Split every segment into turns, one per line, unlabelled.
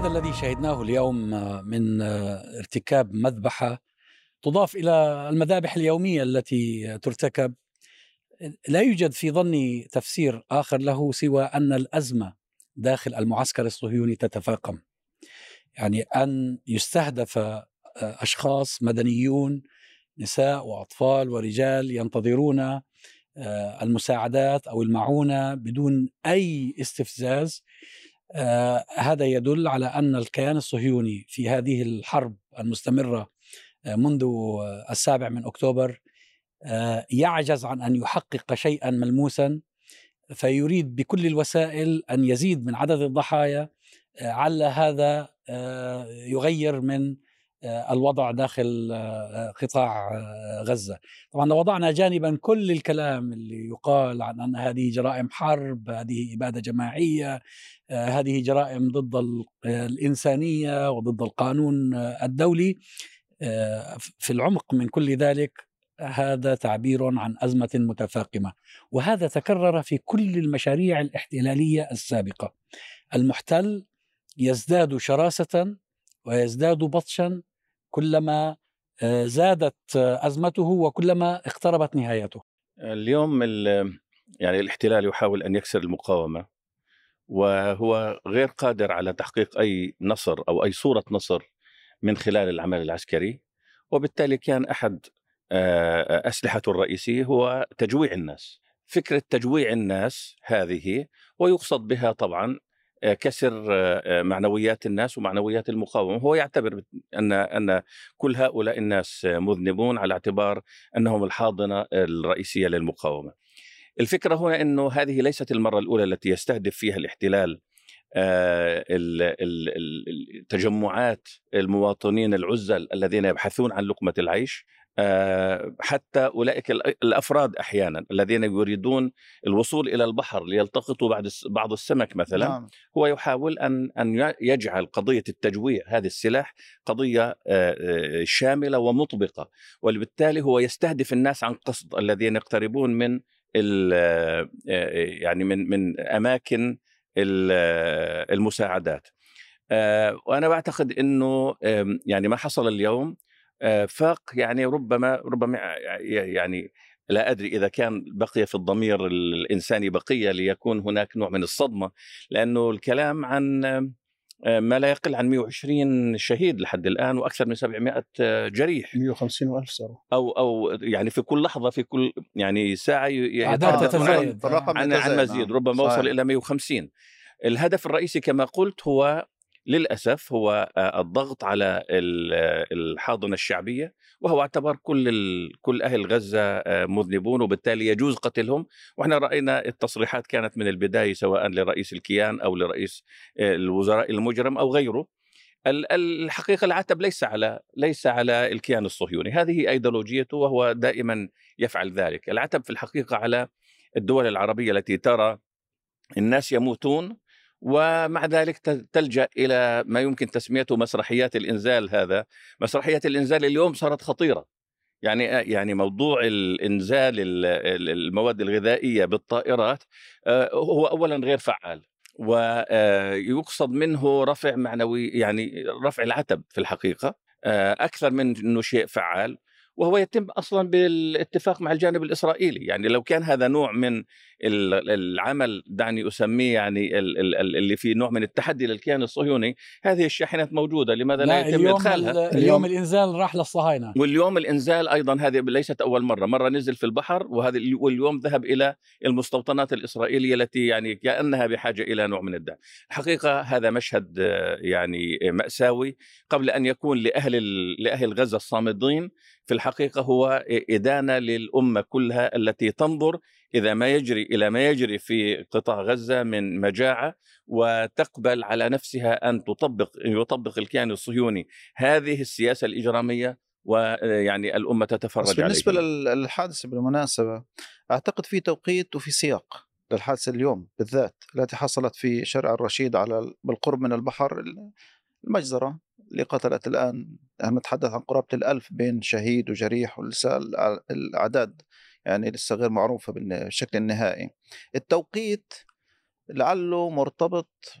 هذا الذي شهدناه اليوم من ارتكاب مذبحة تضاف إلى المذابح اليومية التي ترتكب، لا يوجد في ظني تفسير آخر له سوى أن الأزمة داخل المعسكر الصهيوني تتفاقم. يعني أن يستهدف أشخاص مدنيون، نساء وأطفال ورجال ينتظرون المساعدات أو المعونة بدون أي استفزاز. هذا يدل على أن الكيان الصهيوني في هذه الحرب المستمرة منذ 7 أكتوبر يعجز عن أن يحقق شيئا ملموسا، فيريد بكل الوسائل أن يزيد من عدد الضحايا، على هذا يغير من الوضع داخل قطاع غزة. طبعا لو وضعنا جانبا كل الكلام اللي يقال عن أن هذه جرائم حرب، هذه إبادة جماعية، هذه جرائم ضد الإنسانية وضد القانون الدولي، في العمق من كل ذلك هذا تعبير عن أزمة متفاقمة، وهذا تكرر في كل المشاريع الاحتلالية السابقة. المحتل يزداد شراسة ويزداد بطشا كلما زادت أزمته وكلما اقتربت نهايته.
اليوم يعني الاحتلال يحاول أن يكسر المقاومة، وهو غير قادر على تحقيق أي نصر أو أي صورة نصر من خلال العمل العسكري، وبالتالي كان أحد أسلحته الرئيسية هو تجويع الناس. فكرة تجويع الناس هذه ويقصد بها طبعا كسر معنويات الناس ومعنويات المقاومة. هو يعتبر أن كل هؤلاء الناس مذنبون على اعتبار أنهم الحاضنة الرئيسية للمقاومة. الفكرة هنا أنه هذه ليست المرة الأولى التي يستهدف فيها الاحتلال تجمعات المواطنين العزل الذين يبحثون عن لقمة العيش، حتى أولئك الأفراد أحيانا الذين يريدون الوصول إلى البحر ليلتقطوا بعض السمك مثلا. نعم. هو يحاول أن يجعل قضية التجويع هذه السلاح قضية شاملة ومطبقة، وبالتالي هو يستهدف الناس عن قصد الذين يقتربون من يعني من أماكن المساعدات. وأنا بعتقد أنه يعني ما حصل اليوم فاق، يعني ربما يعني لا أدري إذا كان بقي في الضمير الإنساني بقية ليكون هناك نوع من الصدمة، لأنه الكلام عن ما لا يقل عن 120 شهيد لحد الآن وأكثر من 700 جريح،
150,000 صار
أو يعني في كل لحظة في كل يعني ساعة
عن
مزيد، ربما وصل إلى 150. الهدف الرئيسي كما قلت هو للأسف هو الضغط على الحاضنة الشعبية، وهو اعتبر كل أهل غزة مذنبون وبالتالي يجوز قتلهم. وإحنا رأينا التصريحات كانت من البداية سواء لرئيس الكيان أو لرئيس الوزراء المجرم أو غيره. الحقيقة العتب ليس على الكيان الصهيوني، هذه أيديولوجيته وهو دائما يفعل ذلك. العتب في الحقيقة على الدول العربية التي ترى الناس يموتون ومع ذلك تلجأ إلى ما يمكن تسميته مسرحيات الإنزال. هذا مسرحيات الإنزال اليوم صارت خطيرة، يعني موضوع الإنزال المواد الغذائية بالطائرات هو أولا غير فعال، ويقصد منه رفع معنوي، يعني رفع العتب في الحقيقة أكثر من أنه شيء فعال، وهو يتم أصلا بالاتفاق مع الجانب الإسرائيلي. يعني لو كان هذا نوع من العمل، دعني أسميه يعني اللي فيه نوع من التحدي للكيان الصهيوني، هذه الشاحنات موجودة، لماذا لا يتم إدخالها؟
اليوم الإنزال راح للصهاينة،
واليوم الإنزال أيضا هذه ليست أول مرة نزل في البحر، واليوم ذهب إلى المستوطنات الإسرائيلية التي يعني كأنها بحاجة إلى نوع من الدعم. الحقيقة هذا مشهد يعني مأساوي، قبل أن يكون لأهل غزة الصامدين، في الحقيقة هو إدانة للأمة كلها التي تنظر إلى ما يجري في قطاع غزة من مجاعة، وتقبل على نفسها أن يطبق الكيان الصهيوني هذه السياسة الإجرامية، ويعني الأمة تتفرج عليه.
بالنسبة للحادثة بالمناسبة أعتقد في توقيت وفي سياق للحادثة اليوم بالذات التي حصلت في شارع الرشيد بالقرب من البحر، المجزرة اللي قتلت الآن نتحدث عن قرابة 1000 بين شهيد وجريح، ولسه الأعداد يعني لسه غير معروفة بالشكل النهائي. التوقيت لعله مرتبط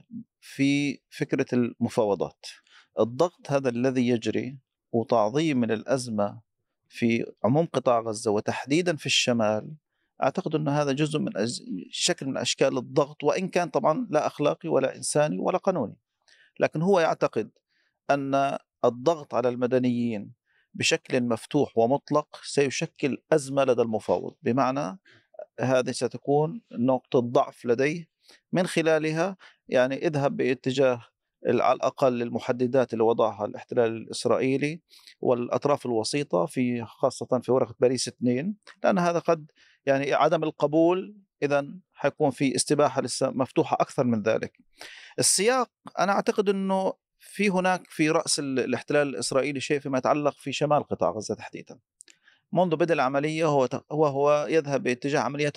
في فكرة المفاوضات. الضغط هذا الذي يجري وتعظيم من الأزمة في عموم قطاع غزة وتحديدا في الشمال، أعتقد أن هذا جزء من شكل من أشكال الضغط، وإن كان طبعا لا أخلاقي ولا إنساني ولا قانوني، لكن هو يعتقد أن الضغط على المدنيين بشكل مفتوح ومطلق سيشكل أزمة لدى المفاوض، بمعنى هذه ستكون نقطة ضعف لديه، من خلالها يعني اذهب باتجاه على الأقل المحددات اللي وضعها الاحتلال الإسرائيلي والأطراف الوسيطة في خاصة في ورقة باريس 2، لأن هذا قد يعني عدم القبول إذا حيكون في استباحة لسه مفتوحة أكثر من ذلك. السياق أنا أعتقد أنه في هناك في رأس الاحتلال الإسرائيلي شيء فيما يتعلق في شمال قطاع غزة تحديدا. منذ بدء العملية هو يذهب باتجاه عملية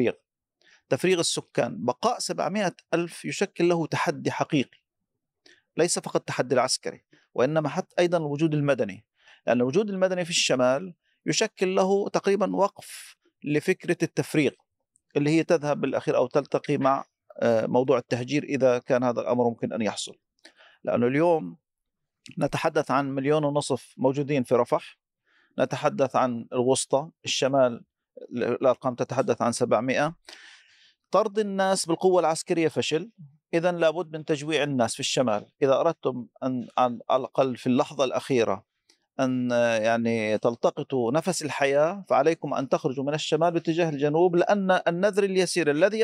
تفريغ السكان. بقاء 700 ألف يشكل له تحدي حقيقي، ليس فقط التحدي العسكري وإنما حتى أيضا الوجود المدني، لأن الوجود المدني في الشمال يشكل له تقريبا وقف لفكرة التفريغ اللي هي تذهب بالأخير أو تلتقي مع موضوع التهجير إذا كان هذا الأمر ممكن أن يحصل. لأنه اليوم نتحدث عن 1.5 مليون موجودين في رفح، نتحدث عن الوسطى، الشمال الأرقام تتحدث عن 700. طرد الناس بالقوة العسكرية فشل، إذن لابد من تجويع الناس في الشمال. إذا أردتم أن على الأقل في اللحظة الأخيرة أن يعني تلتقطوا نفس الحياة، فعليكم أن تخرجوا من الشمال باتجاه الجنوب، لأن النذر اليسير الذي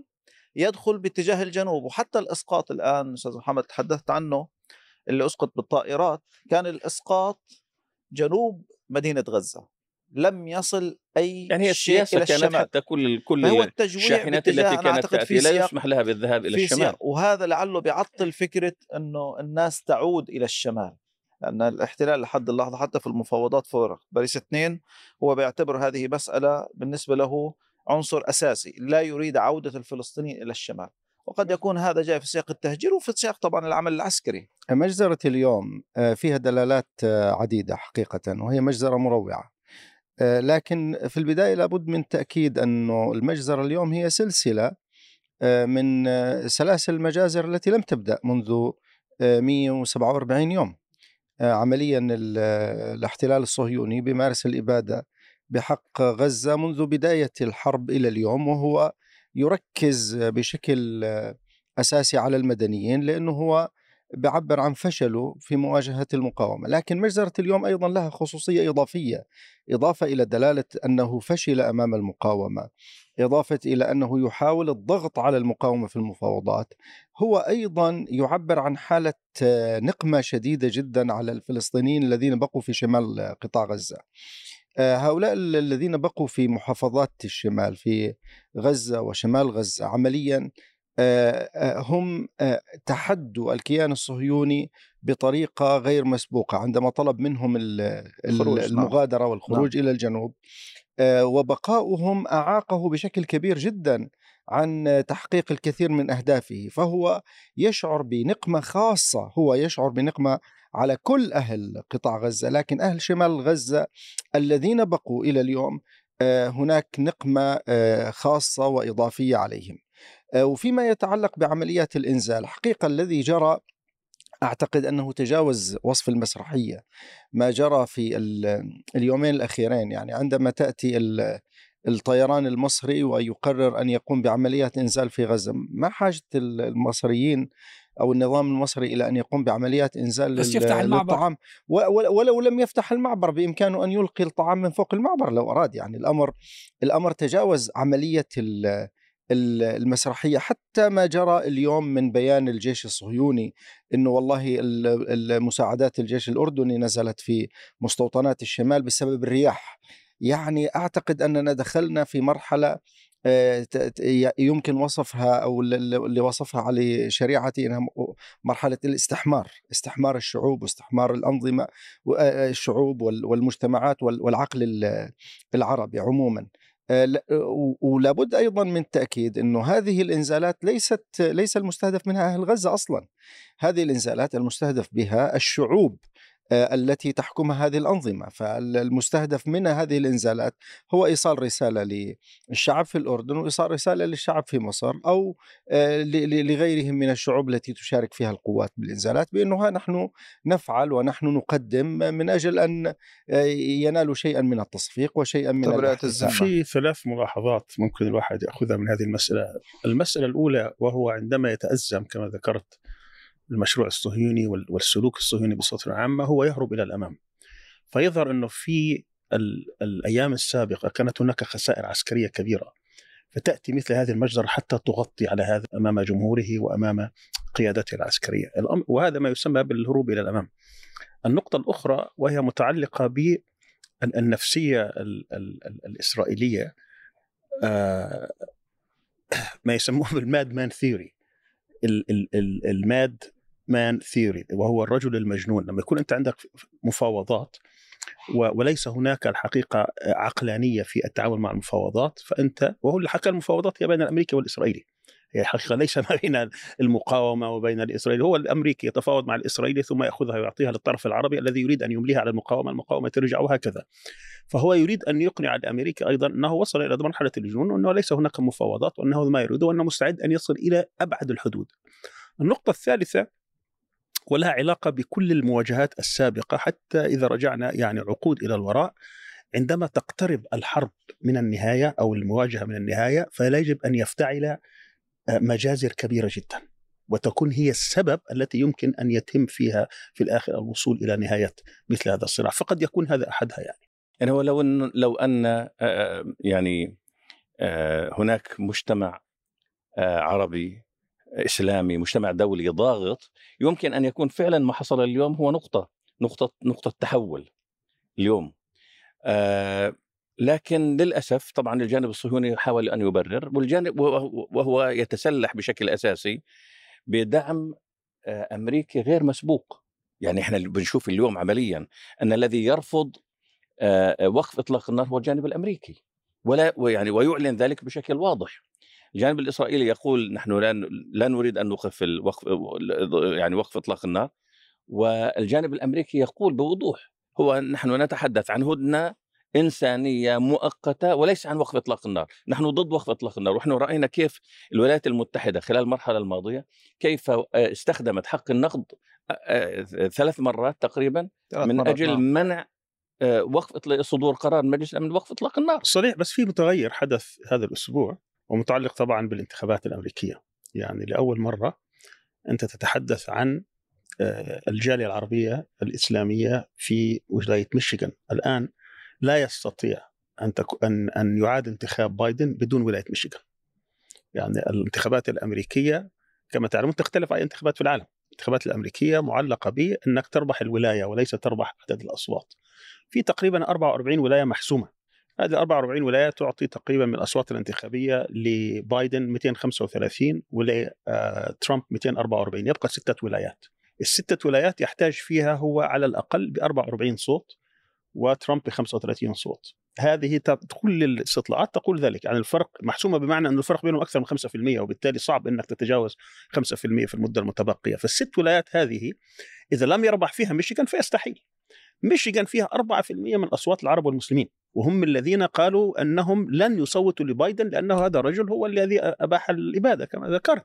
يدخل باتجاه الجنوب. وحتى الإسقاط الآن أستاذ محمد تحدثت عنه، اللي أسقط بالطائرات كان الإسقاط جنوب مدينة غزة، لم يصل أي
يعني
شيء إلى
كانت
الشمال.
حتى كل
الشاحنات
التي كانت تأتي لا يسمح لها بالذهاب إلى الشمال،
وهذا لعله بيعطل فكرة أنه الناس تعود إلى الشمال، لأن الاحتلال لحد اللحظة حتى في المفاوضات فور باريس 2 هو بيعتبر هذه مسألة بالنسبة له عنصر أساسي، لا يريد عودة الفلسطينيين إلى الشمال. وقد يكون هذا جاي في سياق التهجير وفي سياق طبعا العمل العسكري.
مجزرة اليوم فيها دلالات عديدة حقيقة، وهي مجزرة مروعة، لكن في البداية لابد من تأكيد أنه المجزرة اليوم هي سلسلة من سلاسل المجازر التي لم تبدأ منذ 147 يوم. عمليا الاحتلال الصهيوني بيمارس الإبادة بحق غزة منذ بداية الحرب إلى اليوم، وهو يركز بشكل أساسي على المدنيين لأنه هو بعبر عن فشله في مواجهة المقاومة. لكن مجزرة اليوم أيضا لها خصوصية إضافية، إضافة إلى دلالة أنه فشل أمام المقاومة، إضافة إلى أنه يحاول الضغط على المقاومة في المفاوضات، هو أيضا يعبر عن حالة نقمة شديدة جدا على الفلسطينيين الذين بقوا في شمال قطاع غزة. هؤلاء الذين بقوا في محافظات الشمال في غزة وشمال غزة عمليا هم تحدوا الكيان الصهيوني بطريقة غير مسبوقة عندما طلب منهم المغادرة والخروج إلى الجنوب، وبقاؤهم أعاقه بشكل كبير جدا عن تحقيق الكثير من أهدافه. فهو يشعر بنقمة خاصة، هو يشعر بنقمة على كل أهل قطاع غزة، لكن أهل شمال غزة الذين بقوا إلى اليوم هناك نقمة خاصة وإضافية عليهم. وفيما يتعلق بعمليات الإنزال، حقيقة الذي جرى أعتقد أنه تجاوز وصف المسرحية. ما جرى في اليومين الأخيرين، يعني عندما تأتي الطيران المصري ويقرر أن يقوم بعمليات إنزال في غزة، ما حاجة المصريين أو النظام المصري إلى أن يقوم بعمليات إنزال للطعام؟ ولو لم يفتح المعبر بإمكانه أن يلقي الطعام من فوق المعبر لو أراد. يعني الأمر تجاوز عملية المسرحية. حتى ما جرى اليوم من بيان الجيش الصهيوني إنه والله المساعدات الجيش الأردني نزلت في مستوطنات الشمال بسبب الرياح. يعني أعتقد أننا دخلنا في مرحلة يمكن وصفها أو اللي وصفها على شريعتي إنها مرحلة استحمار الشعوب واستحمار الأنظمة الشعوب والمجتمعات والعقل العربي عموما. ولابد أيضا من التأكيد أنه هذه الإنزالات ليس المستهدف منها أهل غزة أصلا. هذه الإنزالات المستهدف بها الشعوب التي تحكمها هذه الأنظمة. فالمستهدف من هذه الإنزالات هو إيصال رسالة للشعب في الأردن، وإيصال رسالة للشعب في مصر، أو لغيرهم من الشعوب التي تشارك فيها القوات بالإنزالات، بأنه نحن نفعل ونحن نقدم من أجل أن ينالوا شيئا من التصفيق وشيئا من الاحتساب.
في 3 ملاحظات ممكن الواحد يأخذها من هذه المسألة. المسألة الأولى، وهو عندما يتأزم كما ذكرت المشروع الصهيوني والسلوك الصهيوني بصورة عامة، هو يهرب إلى الأمام. فيظهر أنه في الأيام السابقة كانت هناك خسائر عسكرية كبيرة، فتأتي مثل هذه المجزرة حتى تغطي على هذا أمام جمهوره وأمام قيادته العسكرية، وهذا ما يسمى بالهروب إلى الأمام. النقطة الأخرى وهي متعلقة بالنفسية الإسرائيلية، ما يسموه بالماد مان ثيوري، الماد مان ثيوري، وهو الرجل المجنون. لما يكون أنت عندك مفاوضات وليس هناك الحقيقة عقلانية في التعامل مع المفاوضات، فأنت، وهو الحقيقة المفاوضات هي بين الأمريكي والإسرائيلي، هي الحقيقة ليس ما بين المقاومة وبين الإسرائيلي. هو الأمريكي يتفاوض مع الإسرائيلي ثم يأخذها ويعطيها للطرف العربي الذي يريد أن يمليها على المقاومة ترجع، وهكذا. فهو يريد أن يقنع الأمريكي أيضا أنه وصل إلى مرحلة الجنون، وأنه ليس هناك مفاوضات، وأنه ما يريد، وأنه مستعد أن يصل إلى أبعد الحدود. النقطة الثالثة ولها علاقة بكل المواجهات السابقة، حتى إذا رجعنا يعني عقود إلى الوراء، عندما تقترب الحرب من النهاية أو المواجهة من النهاية، فلا يجب أن يفتعل مجازر كبيرة جدا، وتكون هي السبب التي يمكن أن يتم فيها في الآخر الوصول إلى نهاية مثل هذا الصراع. فقد يكون هذا أحدها.
يعني هو لو أن يعني هناك مجتمع عربي إسلامي، مجتمع دولي ضاغط، يمكن أن يكون فعلا ما حصل اليوم هو نقطة تحول اليوم. لكن للأسف طبعا الجانب الصهيوني يحاول أن يبرر، وهو يتسلح بشكل أساسي بدعم أمريكي غير مسبوق. يعني إحنا بنشوف اليوم عمليا أن الذي يرفض وقف إطلاق النار هو الجانب الأمريكي، ويعلن ذلك بشكل واضح. الجانب الإسرائيلي يقول نحن لا نريد أن نوقف وقف إطلاق النار، والجانب الأمريكي يقول بوضوح نحن نتحدث عن هدنة إنسانية مؤقتة وليس عن وقف إطلاق النار، نحن ضد وقف إطلاق النار. ونحن رأينا كيف الولايات المتحدة خلال المرحلة الماضية كيف استخدمت حق النقد 3 مرات تقريبا من أجل منع صدور قرار مجلس الأمن بوقف إطلاق النار.
صحيح، بس في متغير حدث هذا الأسبوع ومتعلق طبعا بالانتخابات الأمريكية. يعني لأول مرة أنت تتحدث عن الجالية العربية الإسلامية في ولاية ميشيغان. الآن لا يستطيع أن يعاد انتخاب بايدن بدون ولاية ميشيغان. يعني الانتخابات الأمريكية كما تعلمون تختلف عن أي انتخابات في العالم. الانتخابات الأمريكية معلقة بأنك تربح الولاية وليس تربح عدد الأصوات. في تقريبا 44 ولاية محسومة. هذه 44 ولاية تعطي تقريبا من الأصوات الانتخابية لبايدن 235 ولترامب 244، يبقى 6 ولايات. ال6 ولايات يحتاج فيها هو على الأقل ب44 صوت وترامب ب35 صوت. هذه كل الاستطلاعات تقول ذلك. يعني الفرق محسومة بمعنى أن الفرق بينهم أكثر من 5%، وبالتالي صعب أنك تتجاوز 5% في المدة المتبقية. فال6 ولايات هذه إذا لم يربح فيها ميشيغان فيستحيل. ميشيغان فيها 4% من أصوات العرب والمسلمين، وهم الذين قالوا أنهم لن يصوتوا لبايدن لأنه هذا الرجل هو الذي أباح الإبادة كما ذكرت.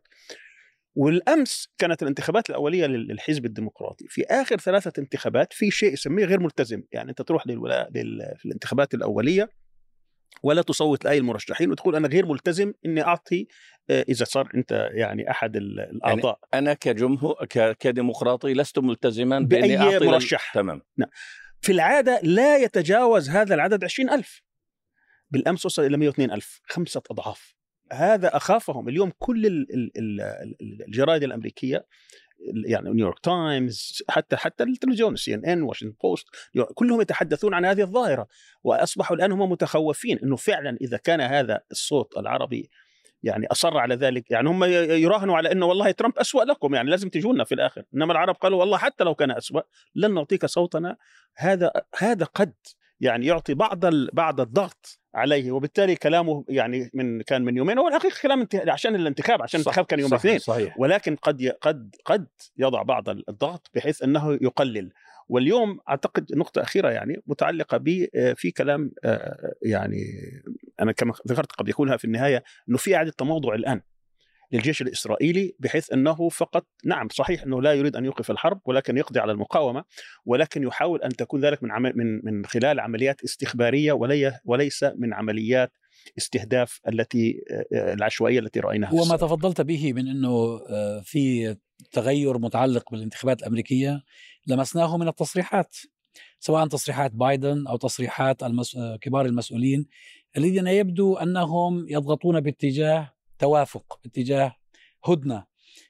والأمس كانت الانتخابات الأولية للحزب الديمقراطي. في آخر 3 انتخابات في شيء يسميه غير ملتزم. يعني أنت تروح في الانتخابات الأولية ولا تصوت لأي المرشحين وتقول أنا غير ملتزم إني أعطي إذا صار أنت يعني أحد الأعضاء.
يعني أنا كجمهور كديمقراطي لست ملتزما
بأي مرشح.
تمام.
في العادة لا يتجاوز هذا العدد 20,000. بالأمس وصل إلى 102,000، 5 أضعاف. هذا أخافهم اليوم كل الجرائد الأمريكية، يعني نيويورك تايمز، حتى التلفزيون CNN، واشنطن بوست، كلهم يتحدثون عن هذه الظاهرة. وأصبحوا الآن هم متخوفين أنه فعلا إذا كان هذا الصوت العربي يعني أصر على ذلك، يعني هم يراهنوا على أنه والله ترامب أسوأ لكم، يعني لازم تجونا في الآخر. إنما العرب قالوا والله حتى لو كان أسوأ لن نعطيك صوتنا. هذا قد يعني يعطي بعض الضغط عليه. وبالتالي كلامه يعني كان من يومين، هو الحقيقة كلام عشان الانتخاب كان يوم الاثنين، ولكن قد يضع بعض الضغط بحيث أنه يقلل. واليوم أعتقد نقطة أخيرة يعني متعلقة في كلام يعني أنا كما ذكرت قد يكونها في النهاية أنه في إعادة تموضع الآن للجيش الإسرائيلي، بحيث أنه فقط نعم صحيح أنه لا يريد أن يوقف الحرب ولكن يقضي على المقاومة، ولكن يحاول أن تكون ذلك من خلال عمليات استخبارية وليس من عمليات استهداف العشوائية التي رأيناها.
وما تفضلت به من أنه في تغير متعلق بالانتخابات الأمريكية لمسناه من التصريحات، سواء تصريحات بايدن أو تصريحات كبار المسؤولين الذين يبدو أنهم يضغطون باتجاه توافق، باتجاه هدنة،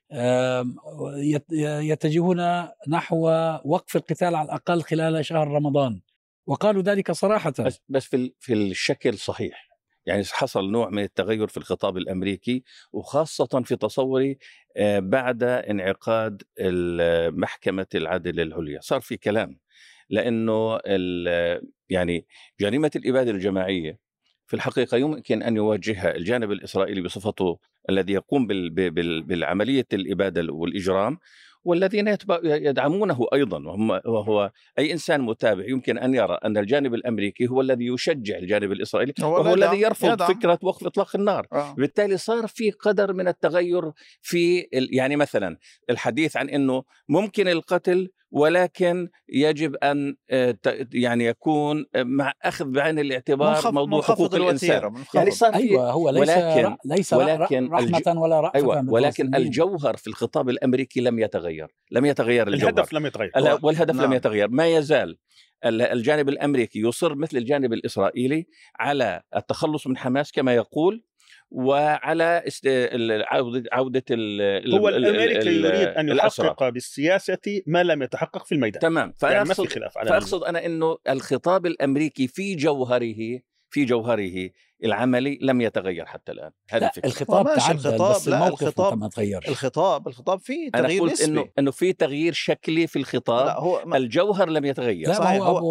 يتجهون نحو وقف القتال على الأقل خلال شهر رمضان، وقالوا ذلك صراحة.
بس في الشكل صحيح، يعني حصل نوع من التغير في الخطاب الأمريكي، وخاصة في تصوري بعد انعقاد محكمة العدل العليا صار في كلام، لأنه يعني جريمة الإبادة الجماعية في الحقيقة يمكن أن يواجهها الجانب الإسرائيلي بصفته الذي يقوم بالعملية الإبادة والإجرام، والذين يدعمونه أيضا، وهو أي إنسان متابع يمكن أن يرى أن الجانب الأمريكي هو الذي يشجع الجانب الإسرائيلي، وهو الذي يرفض فكرة وقف إطلاق النار. بالتالي صار في قدر من التغير في يعني مثلا الحديث عن أنه ممكن القتل ولكن يجب أن يعني يكون مع أخذ بعين الاعتبار موضوع حقوق الإنسان. يعني صار
أيوة، هو ليس رحمة ولا رأفة.
أيوة، ولكن الجوهر في الخطاب الأمريكي لم يتغير الجوهر،
الهدف لم يتغير،
والهدف لم يتغير. ما يزال الجانب الأمريكي يصر مثل الجانب الإسرائيلي على التخلص من حماس كما يقول، وعلى عودة
هو الأمريكي يريد أن يحقق بالسياسة ما لم يتحقق في الميدان.
تمام. فأقصد أنا أنه الخطاب الأمريكي في جوهره العملي لم يتغير حتى الآن. هذا
الخطاب تعدل، بس الموقف ما تغير.
الخطاب فيه تغيير نسبي.
أنا قلت إنه في تغيير شكلي في الخطاب، الجوهر لم يتغير.
لا،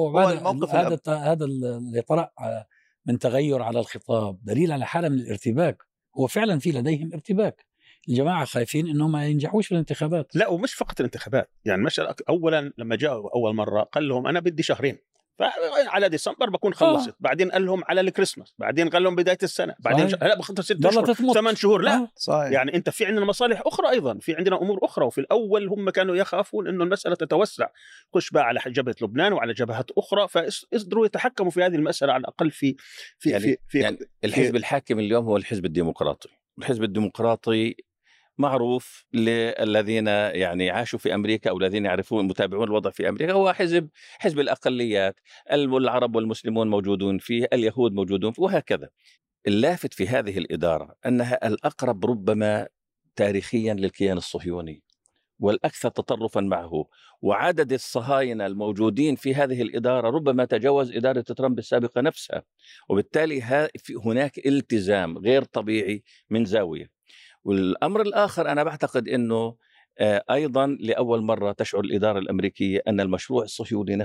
هذا اللي طرأ من تغير على الخطاب دليل على حالة من الارتباك. هو فعلا في لديهم ارتباك، الجماعة خايفين إنهم ما ينجحوش في الانتخابات.
لا، ومش فقط الانتخابات، يعني مثلا أولا لما جاءوا أول مرة قال لهم أنا بدي شهرين، فعلى ديسمبر بكون خلصت. بعدين قال لهم على الكريسماس، بعدين قال لهم بداية السنة، بعدين لا بخطر 6 أشهر 8 شهور. لا
صحيح.
يعني أنت في عندنا مصالح أخرى أيضا، في عندنا أمور أخرى. وفي الأول هم كانوا يخافون إنه المسألة تتوسع، خش بقى على جبهة لبنان وعلى جبهات أخرى، فقدروا يتحكموا في هذه المسألة على الأقل في
الحزب الحاكم اليوم هو الحزب الديمقراطي. الحزب الديمقراطي معروف للذين يعني عاشوا في أمريكا أو الذين يعرفون متابعون الوضع في أمريكا، هو حزب الأقليات، العرب والمسلمون موجودون فيه، اليهود موجودون فيه، وهكذا. اللافت في هذه الإدارة أنها الأقرب ربما تاريخيا للكيان الصهيوني والأكثر تطرفا معه، وعدد الصهاينة الموجودين في هذه الإدارة ربما تجاوز إدارة ترامب السابقة نفسها، وبالتالي هناك التزام غير طبيعي من زاوية. والأمر الآخر أنا بعتقد أنه أيضا لأول مرة تشعر الإدارة الأمريكية أن المشروع الصهيوني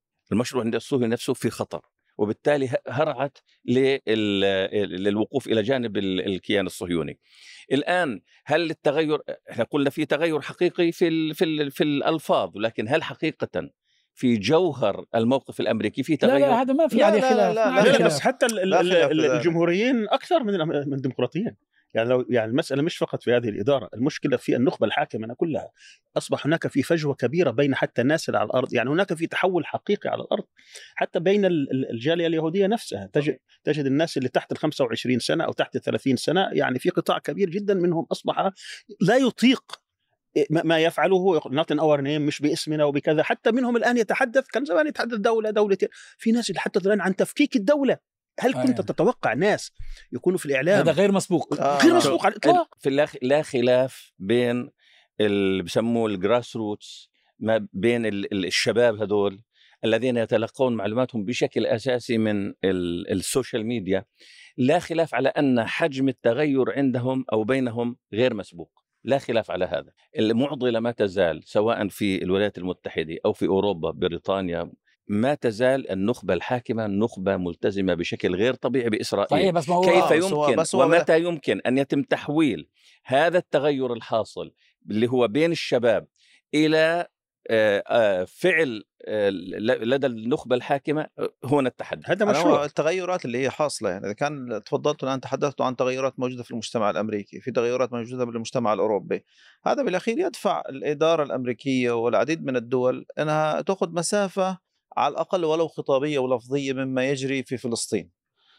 نفسه في خطر، وبالتالي هرعت للوقوف إلى جانب الكيان الصهيوني. الآن هل التغير، احنا قلنا في تغير حقيقي في الألفاظ، لكن هل حقيقة في جوهر الموقف الأمريكي في تغير؟
لا هذا ما في عليه خلاف.
لا بس حتى الجمهوريين أكثر من الديمقراطيين. يعني المسألة مش فقط في هذه الإدارة، المشكلة في النخبة الحاكمة كلها. أصبح هناك في فجوة كبيرة بين حتى الناس اللي على الأرض، يعني هناك في تحول حقيقي على الأرض حتى بين الجالية اليهودية نفسها. تجد الناس اللي تحت 25 سنة أو تحت 30 سنة، يعني في قطاع كبير جدا منهم أصبح لا يطيق ما يفعله، not in our name، مش باسمنا وبكذا. حتى منهم الآن يتحدث، كان زمان يتحدث دولتين، في ناس اللي حتى الآن عن تفكيك الدولة. هل كنت تتوقع ناس يكونوا في الإعلام؟
هذا غير مسبوق.
غير مسبوق على الإطلاق.
لا خلاف بين اللي بسموه الجراس روتس، ما بين الشباب هذول الذين يتلقون معلوماتهم بشكل أساسي من السوشيال ميديا. لا خلاف على أن حجم التغير عندهم أو بينهم غير مسبوق، لا خلاف على هذا. المعضلة ما تزال سواء في الولايات المتحدة أو في أوروبا بريطانيا، ما تزال النخبة الحاكمة نخبة ملتزمة بشكل غير طبيعي بإسرائيل.
صحيح، بس ما هو
كيف يمكن ومتى يمكن أن يتم تحويل هذا التغير الحاصل اللي هو بين الشباب إلى فعل لدى النخبة الحاكمة هنا التحدي.
هذا
هو
مشروع.
التغيرات اللي هي حاصلة، يعني إذا كان تفضلتوا الآن تحدثتوا عن تغيرات موجودة في المجتمع الأمريكي، في تغيرات موجودة بالمجتمع الأوروبي، هذا بالأخير يدفع الإدارة الأمريكية والعديد من الدول أنها تأخذ مسافة على الأقل ولو خطابية ولفظية مما يجري في فلسطين.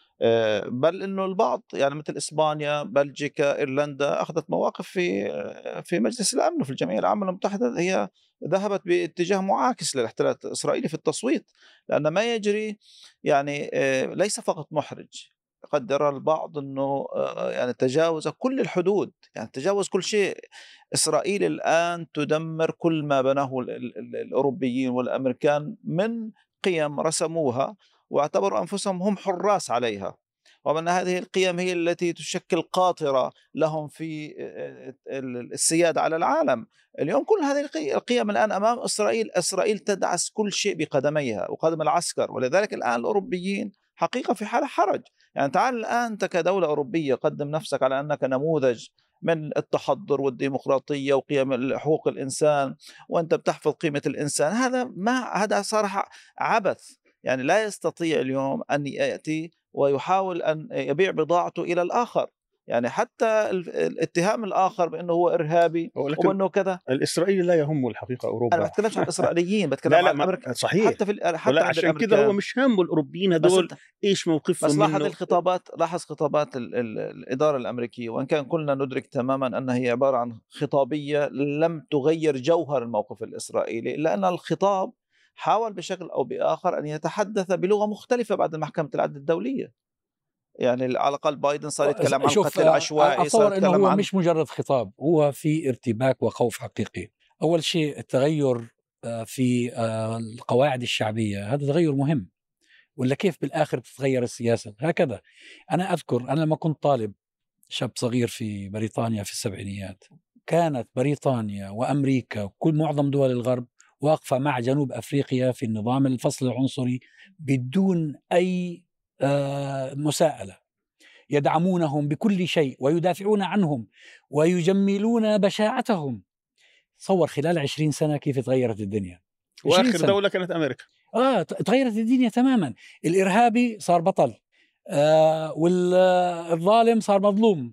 بل انه البعض يعني مثل اسبانيا، بلجيكا، ايرلندا اخذت مواقف في مجلس الامن وفي الجمعيه العامه للمتحده، هي ذهبت باتجاه معاكس للاحتلال الاسرائيلي في التصويت، لان ما يجري يعني ليس فقط محرج، قد يرى البعض انه يعني تجاوز كل الحدود، يعني تجاوز كل شيء. اسرائيل الان تدمر كل ما بناه الاوروبيين والامريكان من قيم رسموها واعتبروا أنفسهم هم حراس عليها، ومن هذه القيم هي التي تشكل قاطرة لهم في السيادة على العالم. اليوم كل هذه القيم الآن أمام إسرائيل، إسرائيل تدعس كل شيء بقدميها وقدم العسكر، ولذلك الآن الأوروبيين حقيقة في حالة حرج. يعني تعال الآن أنت كدولة أوروبية قدم نفسك على أنك نموذج من التحضر والديمقراطية وقيم حقوق الإنسان، وأنت بتحفظ قيمة الإنسان. هذا صار عبث. يعني لا يستطيع اليوم أن يأتي ويحاول أن يبيع بضاعته إلى الآخر، يعني حتى الاتهام الآخر بأنه هو إرهابي وأنه كذا.
الإسرائيلي لا يهمه الحقيقة أوروبا.
أنا ما بتكلمش عن الإسرائيليين، بتكلم
لا
عن الأمريكان.
صحيح.
حتى عند
عشان كذا هو مش هامه الأوروبيين هذول إيش موقفهم
بس
منه.
لاحظ خطابات الإدارة الأمريكية، وإن كان كلنا ندرك تماما أنها هي عبارة عن خطابية لم تغير جوهر الموقف الإسرائيلي، إلا أن الخطاب حاول بشكل أو بآخر أن يتحدث بلغة مختلفة بعد محكمة العدل الدولية. يعني على الأقل بايدن صار يتكلم عن القتل العشوائي.
أتصور أنه هو مش مجرد خطاب، هو في ارتباك وخوف حقيقي. أول شيء التغير في القواعد الشعبية، هذا تغير مهم، ولا كيف بالآخر تتغير السياسة هكذا. أنا أذكر أنا لما كنت طالب شاب صغير في بريطانيا في السبعينيات، كانت بريطانيا وأمريكا وكل معظم دول الغرب واقفة مع جنوب أفريقيا في النظام الفصل العنصري بدون أي مساءلة، يدعمونهم بكل شيء ويدافعون عنهم ويجملون بشاعتهم. صور خلال 20 سنة كيف تغيرت الدنيا.
وآخر دولة كانت أمريكا.
تغيرت الدنيا تماما. الإرهابي صار بطل، والظالم صار مظلوم،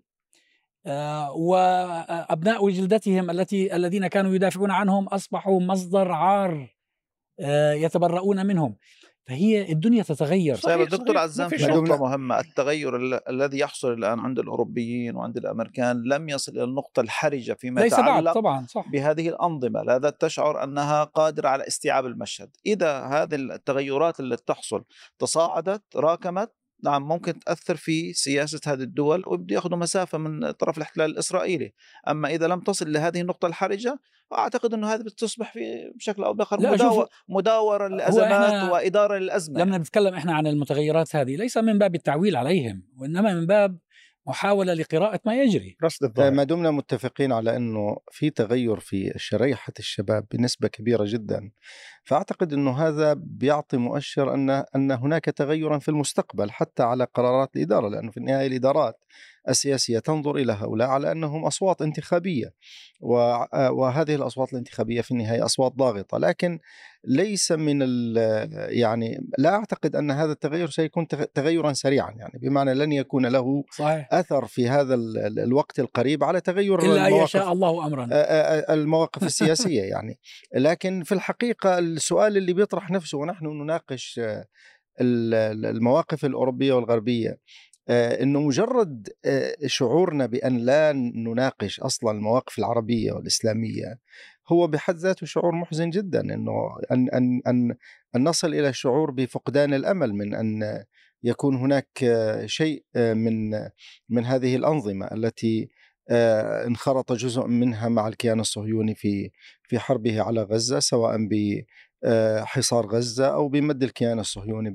وأبناء جلدتهم الذين كانوا يدافعون عنهم أصبحوا مصدر عار يتبرؤون منهم. فهي الدنيا تتغير.
صحيح. دكتور عزام، في نقطة مهمة، التغير الذي يحصل الآن عند الأوروبيين وعند الأمريكان لم يصل إلى النقطة الحرجة فيما يتعلق
طبعا صح.
بهذه الأنظمة. لا تشعر أنها قادرة على استيعاب المشهد. إذا هذه التغيرات التي تحصل تصاعدت راكمت، نعم ممكن تأثر في سياسة هذه الدول ويبدأ يأخذوا مسافة من طرف الاحتلال الإسرائيلي. أما إذا لم تصل لهذه النقطة الحرجة، أعتقد أنه هذه بتصبح في بشكل أو بآخر مداورة للأزمات وإدارة للأزمة.
لما نتكلم إحنا عن المتغيرات هذه ليس من باب التعويل عليهم، وإنما من باب محاولة لقراءة ما يجري.
ما دمنا متفقين على أنه في تغير في شريحة الشباب بنسبة كبيرة جدا، فأعتقد أنه هذا بيعطي مؤشر أن هناك تغيرا في المستقبل حتى على قرارات الإدارة، لأنه في النهاية الإدارات السياسية تنظر إلى هؤلاء على أنهم أصوات انتخابية، وهذه الأصوات الانتخابية في النهاية أصوات ضاغطة، لكن ليس من يعني لا أعتقد أن هذا التغير سيكون تغيرا سريعا، يعني بمعنى لن يكون له
صحيح.
أثر في هذا الوقت القريب على تغير
إلا أن يشاء الله أمرا
المواقف السياسية يعني. لكن في الحقيقة السؤال اللي بيطرح نفسه ونحن نناقش المواقف الأوروبية والغربية، إنه مجرد شعورنا بأن لا نناقش أصلا المواقف العربية والإسلامية هو بحد ذاته شعور محزن جدا، إنه أن نصل إلى الشعور بفقدان الأمل من أن يكون هناك شيء من هذه الأنظمة التي انخرط جزء منها مع الكيان الصهيوني في حربه على غزة، سواء بحصار غزة أو بمد الكيان الصهيوني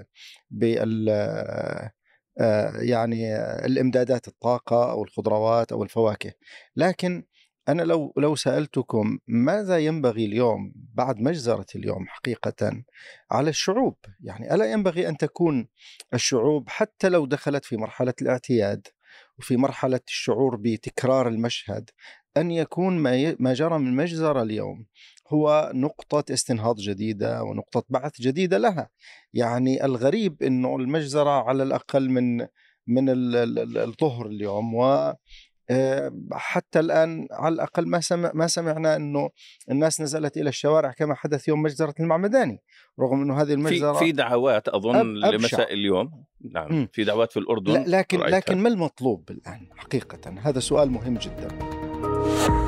يعني الإمدادات الطاقة أو الخضروات أو الفواكه. لكن أنا لو سألتكم ماذا ينبغي اليوم بعد مجزرة اليوم حقيقة على الشعوب، يعني ألا ينبغي أن تكون الشعوب حتى لو دخلت في مرحلة الاعتياد وفي مرحلة الشعور بتكرار المشهد، أن يكون ما جرى من مجزرة اليوم هو نقطة استنهاض جديدة ونقطة بعث جديدة لها. يعني الغريب أنه المجزرة على الأقل من الظهر اليوم، و حتى الآن على الأقل ما سمعنا أنه الناس نزلت إلى الشوارع كما حدث يوم مجزرة المعمداني، رغم أنه هذه المجزرة
في دعوات أظن لمساء اليوم. نعم في دعوات في الأردن.
لكن ما المطلوب الآن حقيقة؟ هذا سؤال مهم جدا.